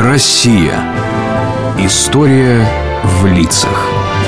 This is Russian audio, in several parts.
Россия. История в лицах.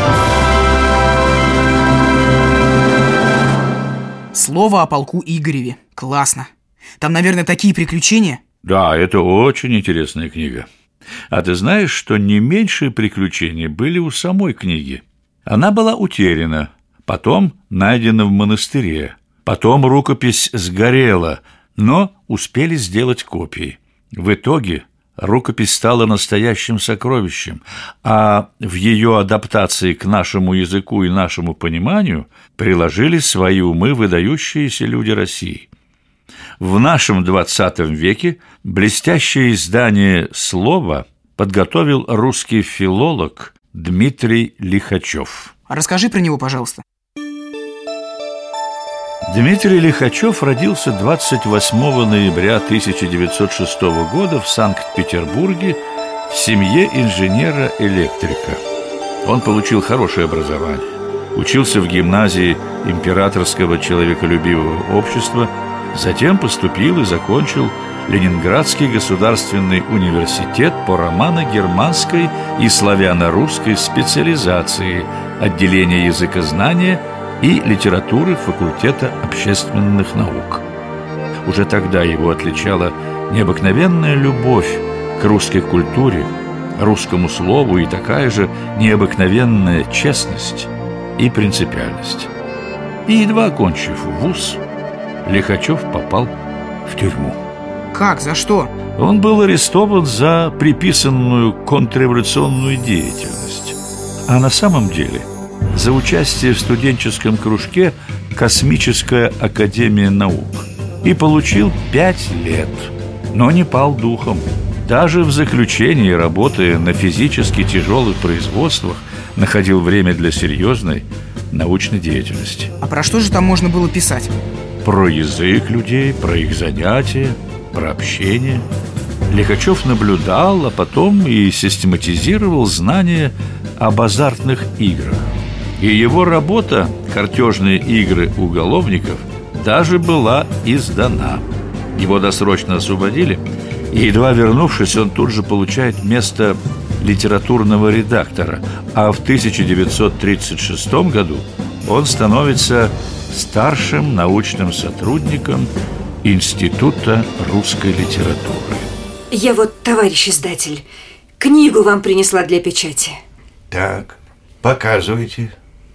Слово о полку Игореве. Классно. Там, наверное, такие приключения. Да, это очень интересная книга. А ты знаешь, что не меньшие приключения были у самой книги? Она была утеряна, потом найдена в монастыре, потом рукопись сгорела, но успели сделать копии. В итоге рукопись стала настоящим сокровищем, а в ее адаптации к нашему языку и нашему пониманию приложили свои умы выдающиеся люди России. В нашем 20 веке блестящее издание «Слова» подготовил русский филолог Дмитрий Лихачев. Расскажи про него, пожалуйста. Дмитрий Лихачев родился 28 ноября 1906 года в Санкт-Петербурге в семье инженера-электрика. Он получил хорошее образование, учился в гимназии Императорского человеколюбивого общества, затем поступил и закончил Ленинградский государственный университет по романо-германской и славяно-русской специализации, отделения языкознания и литературы факультета общественных наук. Уже тогда его отличала необыкновенная любовь к русской культуре, русскому слову и такая же необыкновенная честность и принципиальность. И едва окончив вуз, Лихачев попал в тюрьму. Как? За что? Он был арестован за приписанную контрреволюционную деятельность, а на самом деле за участие в студенческом кружке «Космическая академия наук» и получил 5 лет, но не пал духом. Даже в заключении, работая на физически тяжелых производствах, находил время для серьезной научной деятельности. А про что же там можно было писать? Про язык людей, про их занятия, про общение. Лихачев наблюдал, а потом и систематизировал знания об азартных играх. И его работа «Картежные игры уголовников» даже была издана. Его досрочно освободили, и, едва вернувшись, он тут же получает место литературного редактора, а в 1936 году он становится старшим научным сотрудником Института русской литературы. Я вот, товарищ издатель, книгу вам принесла для печати. Так, показывайте.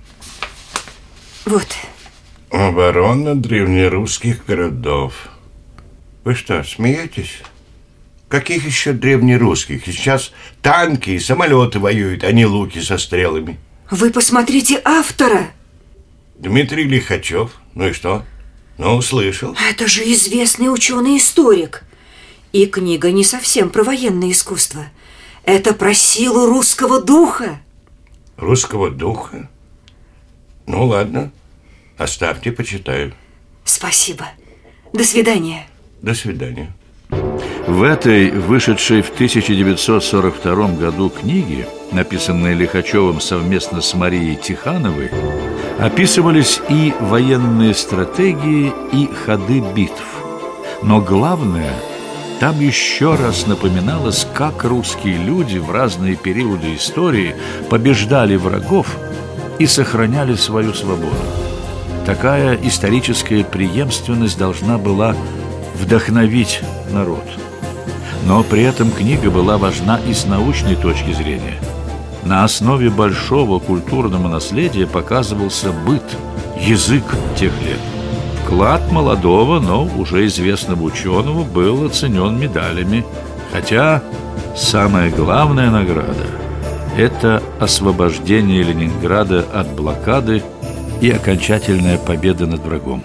Вот. Оборона древнерусских городов. Вы что, смеетесь? Каких еще древнерусских? Сейчас танки и самолеты воюют, а не луки со стрелами. Вы посмотрите автора. Дмитрий Лихачев. Ну и что? Ну, слышал. Это же известный ученый-историк. И книга не совсем про военное искусство. Это про силу русского духа. Русского духа? Ну, ладно. Оставьте, почитаю. Спасибо. До свидания. До свидания. В этой, вышедшей в 1942 году книге, написанной Лихачевым совместно с Марией Тихановой, описывались и военные стратегии, и ходы битв. Но главное, там еще раз напоминалось, как русские люди в разные периоды истории побеждали врагов и сохраняли свою свободу. Такая историческая преемственность должна была вдохновить народ. Но при этом книга была важна и с научной точки зрения. На основе большого культурного наследия показывался быт, язык тех лет. Вклад молодого, но уже известного ученого был оценен медалями. Хотя самая главная награда – это освобождение Ленинграда от блокады и окончательная победа над врагом.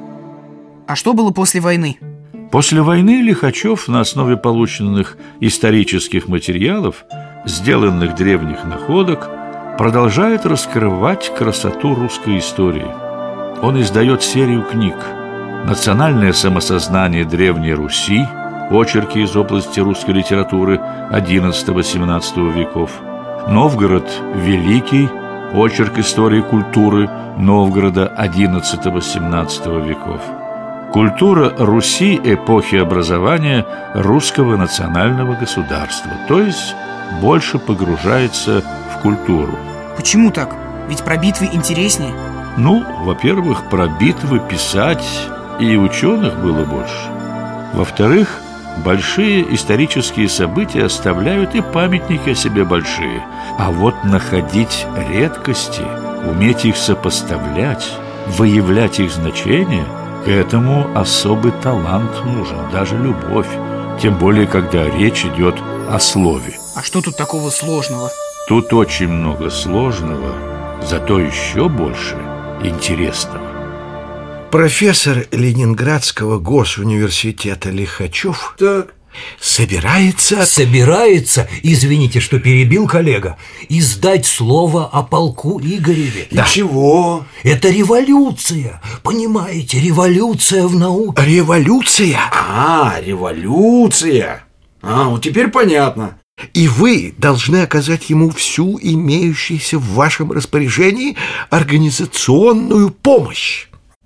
А что было после войны? После войны Лихачев на основе полученных исторических материалов, сделанных древних находок, продолжает раскрывать красоту русской истории. Он издает серию книг «Национальное самосознание Древней Руси», очерки из области русской литературы XI-XVII веков, «Новгород Великий», очерк истории культуры Новгорода XI-XVII веков, Культура Руси эпохи образования русского национального государства, то есть больше погружается в культуру. Почему так? Ведь про битвы интереснее. Ну, во-первых, про битвы писать и ученых было больше. Во-вторых, большие исторические события оставляют и памятники о себе большие. А вот находить редкости, уметь их сопоставлять, выявлять их значение, к этому особый талант нужен, даже любовь. Тем более, когда речь идет о слове. А что тут такого сложного? Тут очень много сложного, зато еще больше интересного. Профессор Ленинградского госуниверситета Лихачев собирается, извините, что перебил, коллега, издать слово о полку Игореве. Да. Чего? Это революция, понимаете, революция в науке. Революция? Революция. Вот теперь понятно. И вы должны оказать ему всю имеющуюся в вашем распоряжении организационную помощь.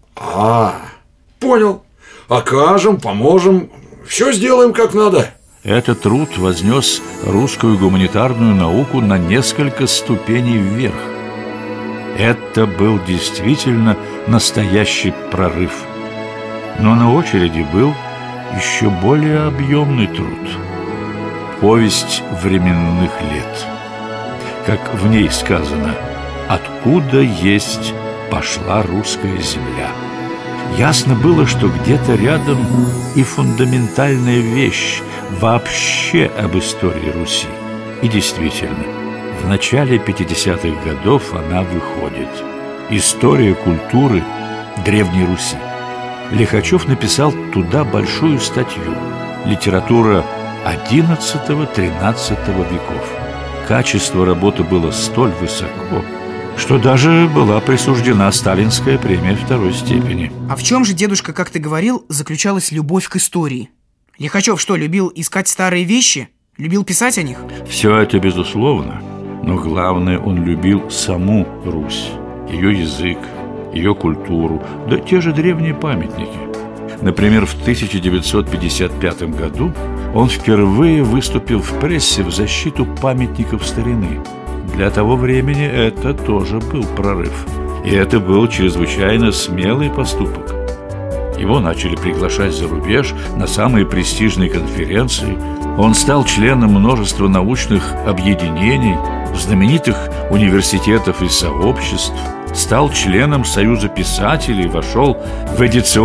Понял. Окажем, поможем, все сделаем как надо. Этот труд вознес русскую гуманитарную науку на несколько ступеней вверх. Это был действительно настоящий прорыв. Но на очереди был еще более объемный труд. Повесть временных лет. Как в ней сказано: «Откуда есть пошла русская земля». Ясно было, что где-то рядом и фундаментальная вещь вообще об истории Руси. И действительно, в начале 50-х годов она выходит. История культуры Древней Руси. Лихачев написал туда большую статью. Литература XI-XIII веков. Качество работы было столь высоко, что даже была присуждена сталинская премия второй степени. А в чем же, дедушка, как ты говорил, заключалась любовь к истории? Лихачев что, любил искать старые вещи? Любил писать о них? Все это безусловно, но главное, он любил саму Русь, ее язык, ее культуру, да те же древние памятники. Например, в 1955 году он впервые выступил в прессе в защиту памятников старины. Для того времени это тоже был прорыв. И это был чрезвычайно смелый поступок. Его начали приглашать за рубеж на самые престижные конференции. Он стал членом множества научных объединений, знаменитых университетов и сообществ, стал членом Союза писателей, вошел в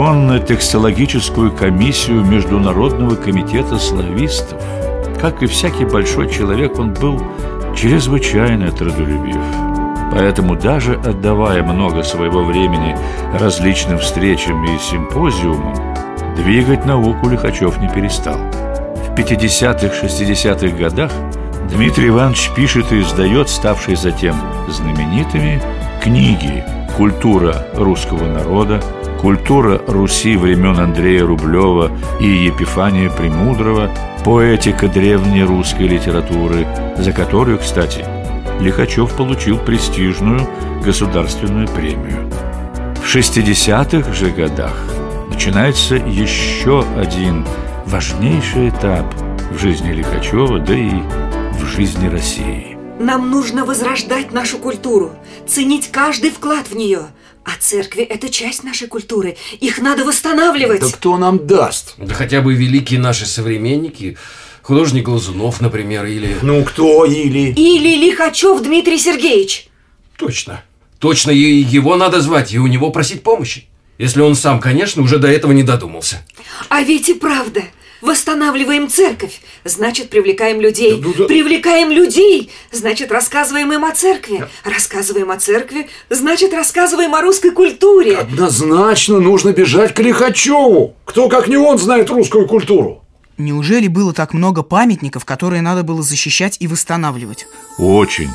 эдиционно-текстологическую комиссию Международного комитета славистов. Как и всякий большой человек, он был чрезвычайно трудолюбив. Поэтому, даже отдавая много своего времени различным встречам и симпозиумам, двигать науку Лихачев не перестал. В 50-х, 60-х годах Дмитрий Иванович пишет и издает ставшие затем знаменитыми книги «Культура русского народа», «Культура Руси времен Андрея Рублева и Епифания Премудрого», «Поэтика древней русской литературы», за которую, кстати, Лихачев получил престижную государственную премию. В 60-х же годах начинается еще один важнейший этап в жизни Лихачева, да и в жизни России. Нам нужно возрождать нашу культуру, ценить каждый вклад в нее. А церкви – это часть нашей культуры. Их надо восстанавливать. Да кто нам даст? Да хотя бы великие наши современники, художник Глазунов, например, или... Ну, кто или? Или Лихачев Дмитрий Сергеевич. Точно. Точно, и его надо звать, и у него просить помощи. Если он сам, конечно, уже до этого не додумался. А ведь и правда. Восстанавливаем церковь, значит, привлекаем людей. Привлекаем людей, значит, рассказываем им о церкви. Рассказываем о церкви, значит, рассказываем о русской культуре. Однозначно нужно бежать к Лихачеву. Кто, как не он, знает русскую культуру? Неужели было так много памятников, которые надо было защищать и восстанавливать? Очень.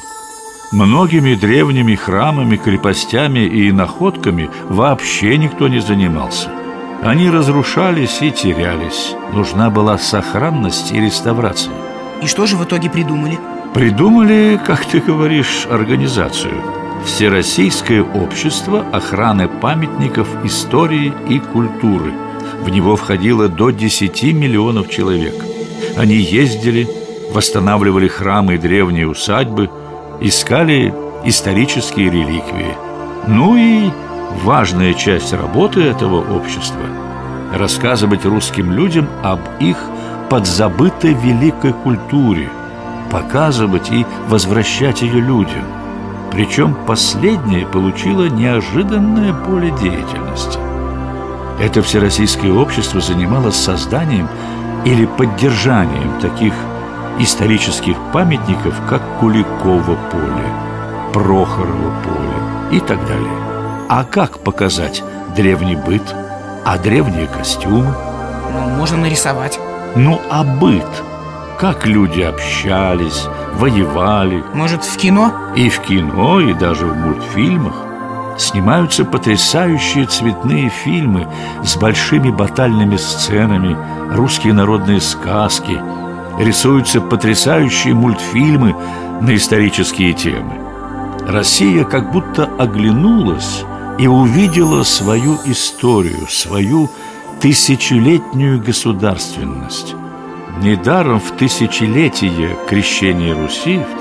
Многими древними храмами, крепостями и находками вообще никто не занимался. Они разрушались и терялись. Нужна была сохранность и реставрация. И что же в итоге придумали? Придумали, как ты говоришь, организацию. Всероссийское общество охраны памятников истории и культуры. В него входило до 10 миллионов человек. Они ездили, восстанавливали храмы и древние усадьбы, искали исторические реликвии. Ну и важная часть работы этого общества – рассказывать русским людям об их подзабытой великой культуре, показывать и возвращать ее людям. Причем последнее получило неожиданное поле деятельности. Это всероссийское общество занималось созданием или поддержанием таких исторических памятников, как Куликово поле, Прохорово поле и так далее. А как показать древний быт, а древние костюмы? Можно нарисовать. А быт? Как люди общались, воевали? Может, в кино? И в кино, и даже в мультфильмах. Снимаются потрясающие цветные фильмы с большими батальными сценами, русские народные сказки. Рисуются потрясающие мультфильмы на исторические темы. Россия как будто оглянулась и увидела свою историю, свою тысячелетнюю государственность. Недаром в тысячелетие крещения Руси в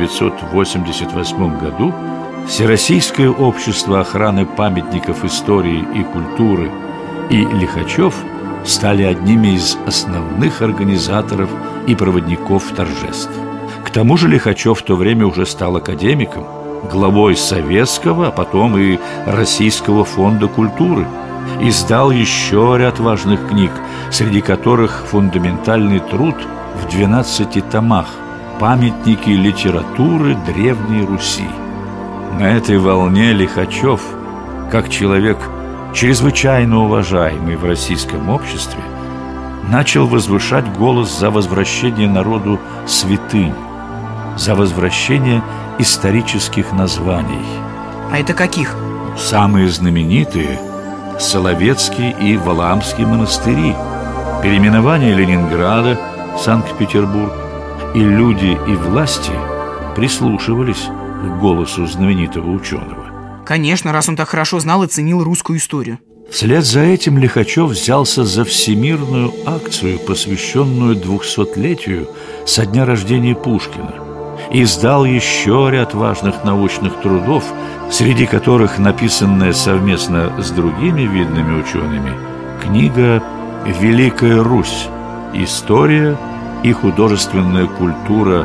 1988 году Всероссийское общество охраны памятников истории и культуры и Лихачев стали одними из основных организаторов и проводников торжеств. К тому же Лихачев в то время уже стал академиком, главой Советского, а потом и Российского фонда культуры. Издал еще ряд важных книг, среди которых фундаментальный труд в 12 томах «Памятники литературы Древней Руси». На этой волне Лихачев, как человек, чрезвычайно уважаемый в российском обществе, начал возвышать голос за возвращение народу святынь, за возвращение исторических названий. А это каких? Самые знаменитые – Соловецкий и Валаамский монастыри, переименование Ленинграда в Санкт-Петербург. И люди, и власти прислушивались к голосу знаменитого ученого. Конечно, раз он так хорошо знал и ценил русскую историю. Вслед за этим Лихачев взялся за всемирную акцию, посвященную 200-летию со дня рождения Пушкина. Издал еще ряд важных научных трудов, среди которых написанная совместно с другими видными учеными книга «Великая Русь. История и художественная культура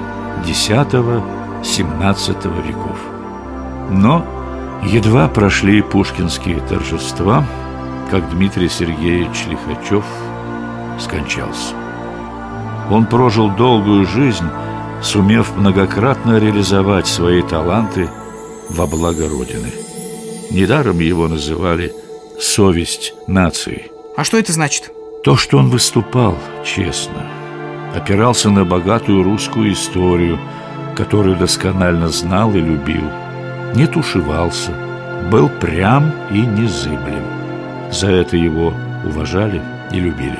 X-XVII веков». Но едва прошли пушкинские торжества, как Дмитрий Сергеевич Лихачев скончался. Он прожил долгую жизнь, сумев многократно реализовать свои таланты во благо Родины. Недаром его называли «совесть нации». А что это значит? То, что он выступал честно, опирался на богатую русскую историю, которую досконально знал и любил, не тушевался, был прям и незыблем. За это его уважали и любили.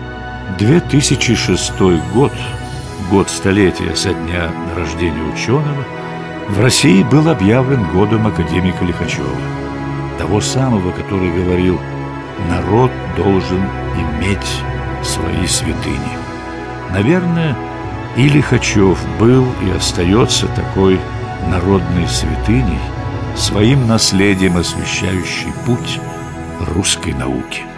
2006 год, год столетия со дня рождения ученого, в России был объявлен годом академика Лихачева, того самого, который говорил: народ должен иметь свои святыни. Наверное, и Лихачев был и остается такой народной святыней, своим наследием освещающей путь русской науки.